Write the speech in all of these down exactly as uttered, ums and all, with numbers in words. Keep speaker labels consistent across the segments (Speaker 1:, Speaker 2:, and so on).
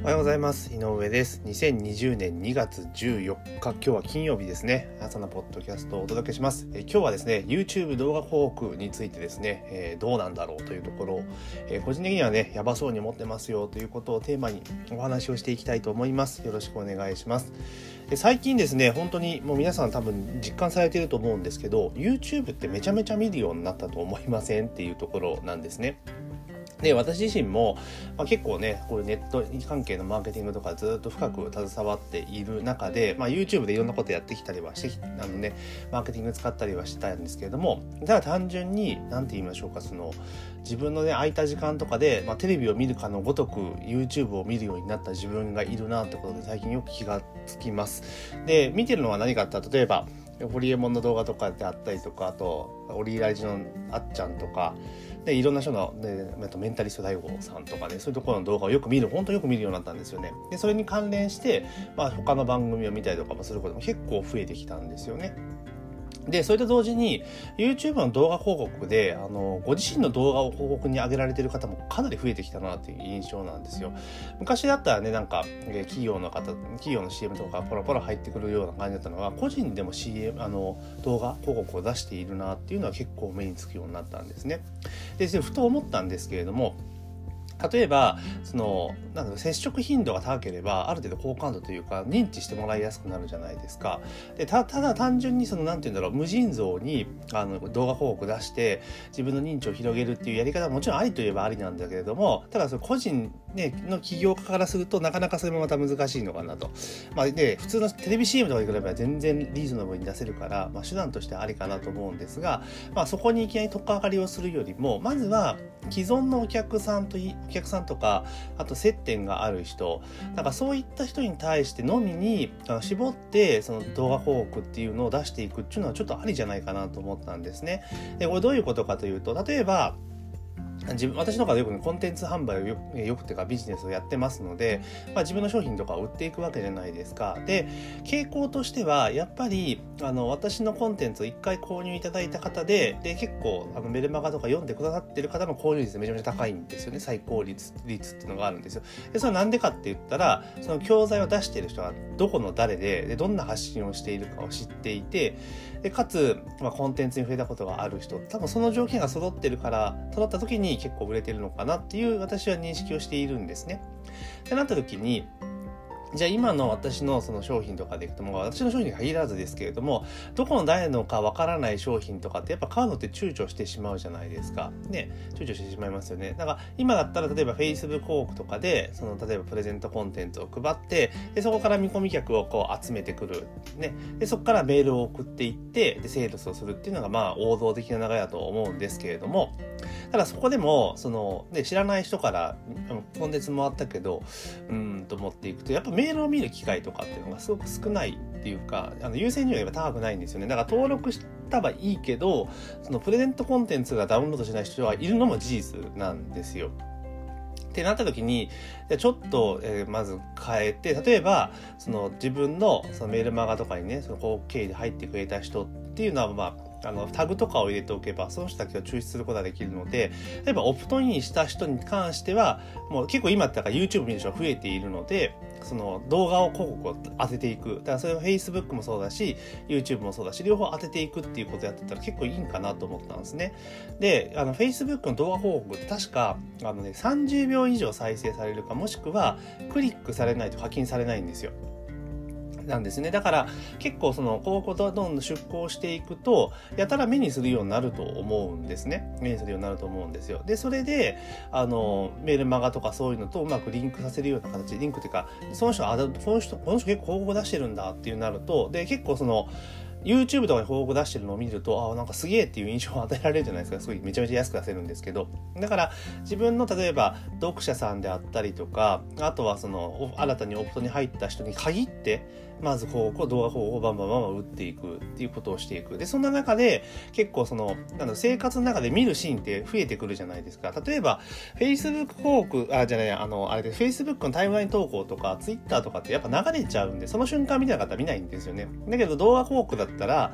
Speaker 1: おはようございます。井上です。にせんにじゅうねんにがつじゅうよっか、今日は金曜日ですね。朝のポッドキャストをお届けします。え今日はですね YouTube 動画広告についてですね、えー、どうなんだろうというところを、えー、個人的にはねやばそうに思ってますよということをテーマにお話をしていきたいと思います。よろしくお願いします。最近ですね、本当にもう皆さん多分実感されていると思うんですけど、 YouTube ってめちゃめちゃ見るようになったと思いませんっていうところなんですね。で、私自身も、まあ、結構ねこういうネット関係のマーケティングとかずっと深く携わっている中で、まあ、YouTube でいろんなことやってきたりはしてきあのねマーケティング使ったりはしたんですけれども、ただ単純に何て言いましょうか、その自分のね空いた時間とかで、まあ、テレビを見るかのごとく YouTube を見るようになった自分がいるなってことで最近よく気がつきます。で、見てるのは何かって例えばホリエモンの動画とかであったりとか、あとオリラジのあっちゃんとかで、いろんな人の、ね、メンタリスト ダイゴ さんとかね、そういうところの動画をよく見る、本当によく見るようになったんですよね。で、それに関連して、まあ、他の番組を見たりとかもすることも結構増えてきたんですよね。で、それと同時に YouTube の動画広告であのご自身の動画を広告に上げられている方もかなり増えてきたなという印象なんですよ。昔だったらね、なんか企業の方企業の シーエム とかポロポロ入ってくるような感じだったのが、個人でも シーエム あの動画広告を出しているなっていうのは結構目につくようになったんですね。で、ふと思ったんですけれども、例えばそのなんか接触頻度が高ければある程度好感度というか認知してもらいやすくなるじゃないですか。で た, ただ単純にそのなんていうんだろう、無尽蔵にあの動画広告出して自分の認知を広げるっていうやり方はもちろんありといえばありなんだけれども、ただその個人、ね、の起業家からするとなかなかそれもまた難しいのかなと。まあで、普通のテレビ シーエム とかに比べば全然リーズナブルに出せるから、まあ、手段としてありかなと思うんですが、まあ、そこにいきなり取っかかりをするよりも、まずは既存のお客さんとお客さんとか、あと接点がある人、なんかそういった人に対してのみに絞ってその動画広告っていうのを出していくっていうのはちょっとありじゃないかなと思ったんですね。で、これどういうことかというと、例えば自分私とかでよく、ね、コンテンツ販売をよく、よくっていうかビジネスをやってますので、まあ、自分の商品とかを売っていくわけじゃないですか。で、傾向としてはやっぱりあの私のコンテンツをいっかい購入いただいた方で、で結構あのメルマガとか読んでくださってる方の購入率めちゃめちゃ高いんですよね。最高率率っていうのがあるんですよ。で、それはなんでかって言ったら、その教材を出している人がどこの誰で、でどんな発信をしているかを知っていて、でかつ、まあ、コンテンツに触れたことがある人、多分その条件が揃ってるから揃った時に結構売れてるのかなっていう私は認識をしているんですね。ってなった時に、じゃあ今の私のその商品とかでいくと、も私の商品に限らずですけれども、どこの誰のかわからない商品とかってやっぱ買うのって躊躇してしまうじゃないですか。ね、躊躇してしまいますよね。だから今だったら例えば Facebook 広告とかでその例えばプレゼントコンテンツを配って、でそこから見込み客をこう集めてくる、ね、でそこからメールを送っていってでセールスをするっていうのがまあ王道的な流れだと思うんですけれども、ただそこでもその、ね、知らない人からコンテンツもあったけどうーんと思っていくと、やっぱメールを見る機会とかっていうのがすごく少ないっていうか、あの優先順位が高くないんですよね。だから登録したはいいけど、そのプレゼントコンテンツがダウンロードしない人はいるのも事実なんですよ。ってなった時にちょっと、えー、まず変えて、例えばその自分のそのメールマガとかにね、その広告経由で入ってくれた人っていうのは、まああのタグとかを入れておけばその人だけを抽出することができるので、例えばオプトインした人に関してはもう結構今ってだから YouTube 見る人が増えているので、その動画を広告を当てていく、だからそれを Facebook もそうだし YouTube もそうだし両方当てていくっていうことをやってたら結構いいんかなと思ったんですね。で、あの Facebook の動画広告って確かあの、ね、さんじゅうびょう以上再生されるか、もしくはクリックされないと課金されないんですよ。なんですね。だから結構その広告をどんどん出稿していくとやたら目にするようになると思うんですね。目にするようになると思うんですよ。で、それであのメールマガとかそういうのとうまくリンクさせるような形、リンクっていうか、その人あこの人この人結構広告出してるんだっていうなると、で結構そのYouTube とかに広告出してるのを見ると、あなんかすげえっていう印象を与えられるじゃないですか。すごいめちゃめちゃ安く出せるんですけど、だから自分の例えば読者さんであったりとか、あとはその新たにオプトに入った人に限ってまず広告を動画広告をバンバンバンバン打っていくっていうことをしていく。でそんな中で結構そのなんだ生活の中で見るシーンって増えてくるじゃないですか。例えば Facebook 広告あじゃないあのあれで Facebook のタイムライン投稿とか Twitter とかってやっぱ流れちゃうんで、その瞬間見たかったら見ないんですよね。だけど動画広告だったら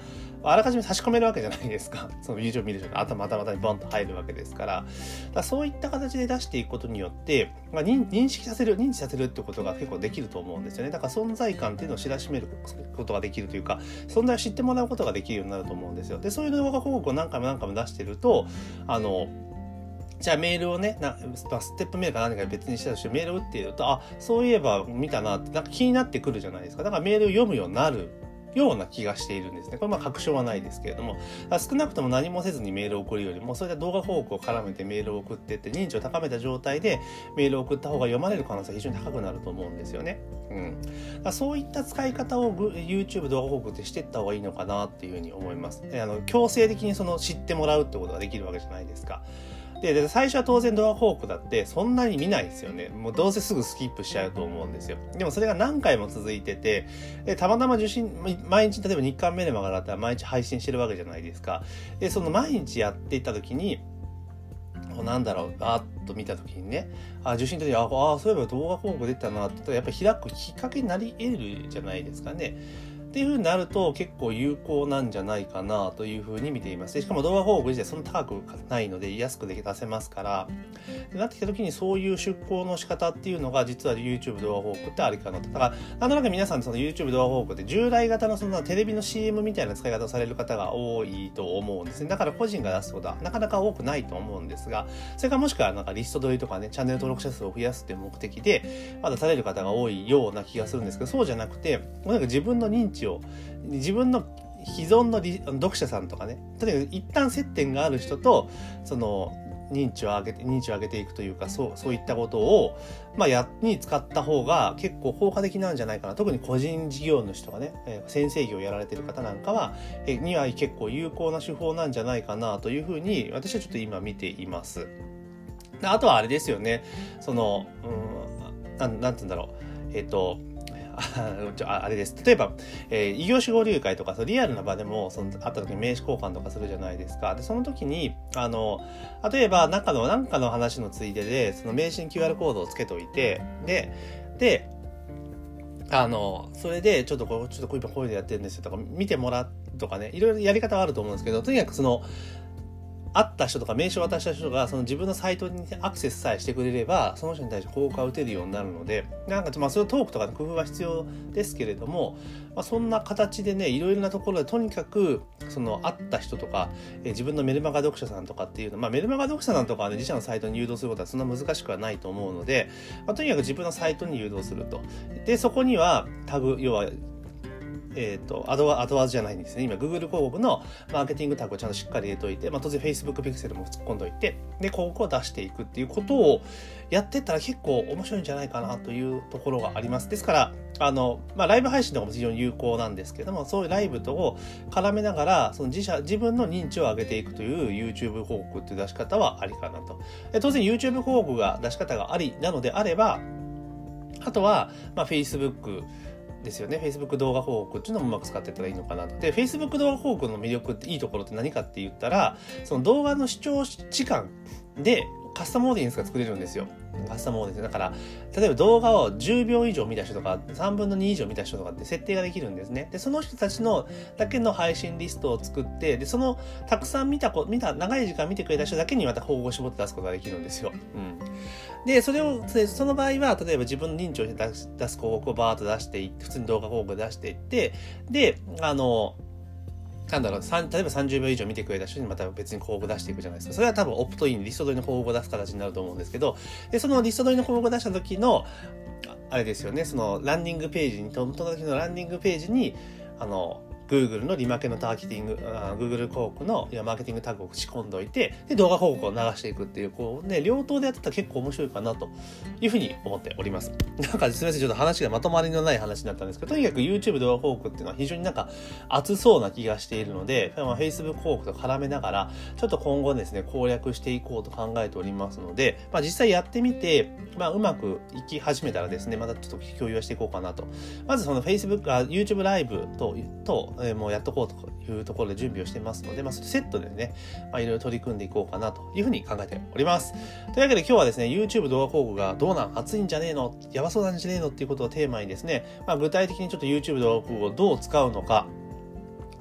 Speaker 1: あらかじめ差し込めるわけじゃないですか。その YouTube 見る人の頭頭にボンと入るわけですから。だからそういった形で出していくことによって、まあ、認, 認識させる、認知させるってことが結構できると思うんですよね。だから存在感っていうのを知らしめることができるというか、存在を知ってもらうことができるようになると思うんですよ。で、そういう動画広告を何回も何回も出してると、あの、じゃあメールをね、なステップメールか何か別にしたとしてメールを打っていると、あ、そういえば見たなってなんか気になってくるじゃないですか。だからメールを読むようになるような気がしているんですね。これまあ確証はないですけれども、少なくとも何もせずにメールを送るよりも、そういった動画広告を絡めてメールを送っていって認知を高めた状態でメールを送った方が読まれる可能性が非常に高くなると思うんですよね。うん、だからそういった使い方を YouTube 動画広告ってしていった方がいいのかなっていうふうに思います。で、あの強制的にその知ってもらうってことができるわけじゃないですか。で、で最初は当然動画広告だってそんなに見ないですよね。もうどうせすぐスキップしちゃうと思うんですよ。でもそれが何回も続いてて、でたまたま受信、毎日例えば日刊メルマガだったら毎日配信してるわけじゃないですか。で、その毎日やっていった時に、なんだろう、バーッと見た時にね、あ、受信の時に、ああ、そういえば動画広告出たなって言ったら、やっぱり開くきっかけになり得るじゃないですかね。っていう風になると結構有効なんじゃないかなという風に見ています。でしかも動画広告自体そんな高くないので安くで出せますから、なってきた時にそういう出稿の仕方っていうのが実は YouTube 動画広告ってありかなと。だからなんとなく皆さんその YouTube 動画広告って従来型のそのテレビの シーエム みたいな使い方をされる方が多いと思うんですね。だから個人が出すことはなかなか多くないと思うんですが、それからもしくはなんかリスト取りとかね、チャンネル登録者数を増やすっていう目的でまだされる方が多いような気がするんですけど、そうじゃなくて、なんか自分の認知を自分の既存の読者さんとかね、とにかく一旦接点がある人とその認知を上げて認知を上げていくというか、そうそういったことをまあやに使った方が結構効果的なんじゃないかな。特に個人事業主とかね、えー、先生業をやられている方なんかは、えー、には結構有効な手法なんじゃないかなというふうに私はちょっと今見ています。あとはあれですよね、そのうーんな ん, なんて言うんだろう、えっ、ー、とあれです。例えば、えー、異業種交流会とか、そのリアルな場でも、その、会った時に名刺交換とかするじゃないですか。で、その時に、あの、例えば、中の、なんかの話のついでで、その名刺に キューアール コードをつけといて、で、で、あの、それで、ちょっとこう、ちょっとこういうこういうのやってるんですよとか、見てもらうとかね、いろいろやり方はあると思うんですけど、とにかくその、会った人とか名刺を渡した人がその自分のサイトにアクセスさえしてくれればその人に対して効果を打てるようになるので、なんかまあそれトークとかの工夫は必要ですけれども、まあ、そんな形でね、いろいろなところでとにかくその会った人とか、えー、自分のメルマガ読者さんとかっていうの、まあメルマガ読者さんとかはね、自社のサイトに誘導することはそんな難しくはないと思うので、まあ、とにかく自分のサイトに誘導すると。で、そこにはタグ、要はえっ、ー、と、アドワ、アドワーズじゃないんですね。今、Google 広告のマーケティングタグをちゃんとしっかり入れといて、まあ、当然 Facebook ピクセルも突っ込んどいて、で、広告を出していくっていうことをやってったら結構面白いんじゃないかなというところがあります。ですから、あの、まあ、ライブ配信とかも非常に有効なんですけども、そういうライブとを絡めながら、その自社、自分の認知を上げていくという YouTube 広告っていう出し方はありかなと。で当然 YouTube 広告が出し方がありなのであれば、あとは、まあ、Facebook、ですよね。Facebook 動画広告っていうのもうまく使っていったらいいのかなと。で、Facebook 動画広告の魅力っていいところって何かって言ったら、その動画の視聴時間でカスタムオーディエンスが作れるんですよ。カスタムオーディエンス。だから、例えば動画をじゅうびょう以上見た人とか、さんぶんのに以上見た人とかって設定ができるんですね。で、その人たちのだけの配信リストを作って、で、そのたくさん見た子、見た、長い時間見てくれた人だけにまた広告を絞って出すことができるんですよ。うん。で、それを、その場合は、例えば自分の認知を出す、出す広告をバーッと出していって、普通に動画広告を出していって、で、あの、なんだろう、例えばさんじゅうびょう以上見てくれた人にまた別に広告出していくじゃないですか。それは多分オプトイン、リスト取りの広告を出す形になると思うんですけど、で、そのリスト取りの広告を出した時の、あれですよね、そのランディングページに、その時のランディングページに、あの、Google のリマケのターゲティング、Google 広告のマーケティングタグを仕込んどいて、で、動画広告を流していくっていう、こうね、両党でやってたら結構面白いかなというふうに思っております。なんかすみません、ちょっと話がまとまりのない話になったんですけど、とにかく YouTube 動画広告っていうのは非常になんか熱そうな気がしているので、まあ、Facebook 広告と絡めながら、ちょっと今後ですね、攻略していこうと考えておりますので、まあ実際やってみて、まあうまくいき始めたらですね、またちょっと共有していこうかなと。まずその Facebook、あ YouTube ライブと、と、えー、もうやっとこうというところで準備をしてますので、まあ、それセットでね、まあ、いろいろ取り組んでいこうかなというふうに考えております。というわけで今日はですね、YouTube 動画広告がどうなん、熱いんじゃねえの、やばそうなんじゃねえのっていうことをテーマにですね、まあ、具体的にちょっと YouTube 動画広告をどう使うのか、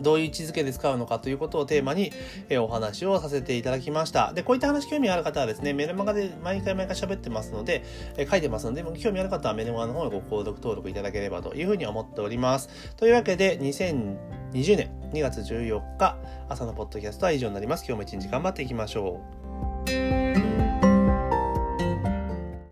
Speaker 1: どういう位置づけで使うのかということをテーマに、えー、お話をさせていただきました。で、こういった話興味がある方はですね、メルマガで毎回毎回喋ってますので、えー、書いてますので、興味ある方はメルマガの方にご購読登録いただければというふうに思っております。というわけで、にせんにじゅうねんにがつじゅうよっか朝のポッドキャストは以上になります。今日も一日頑張っていきましょう。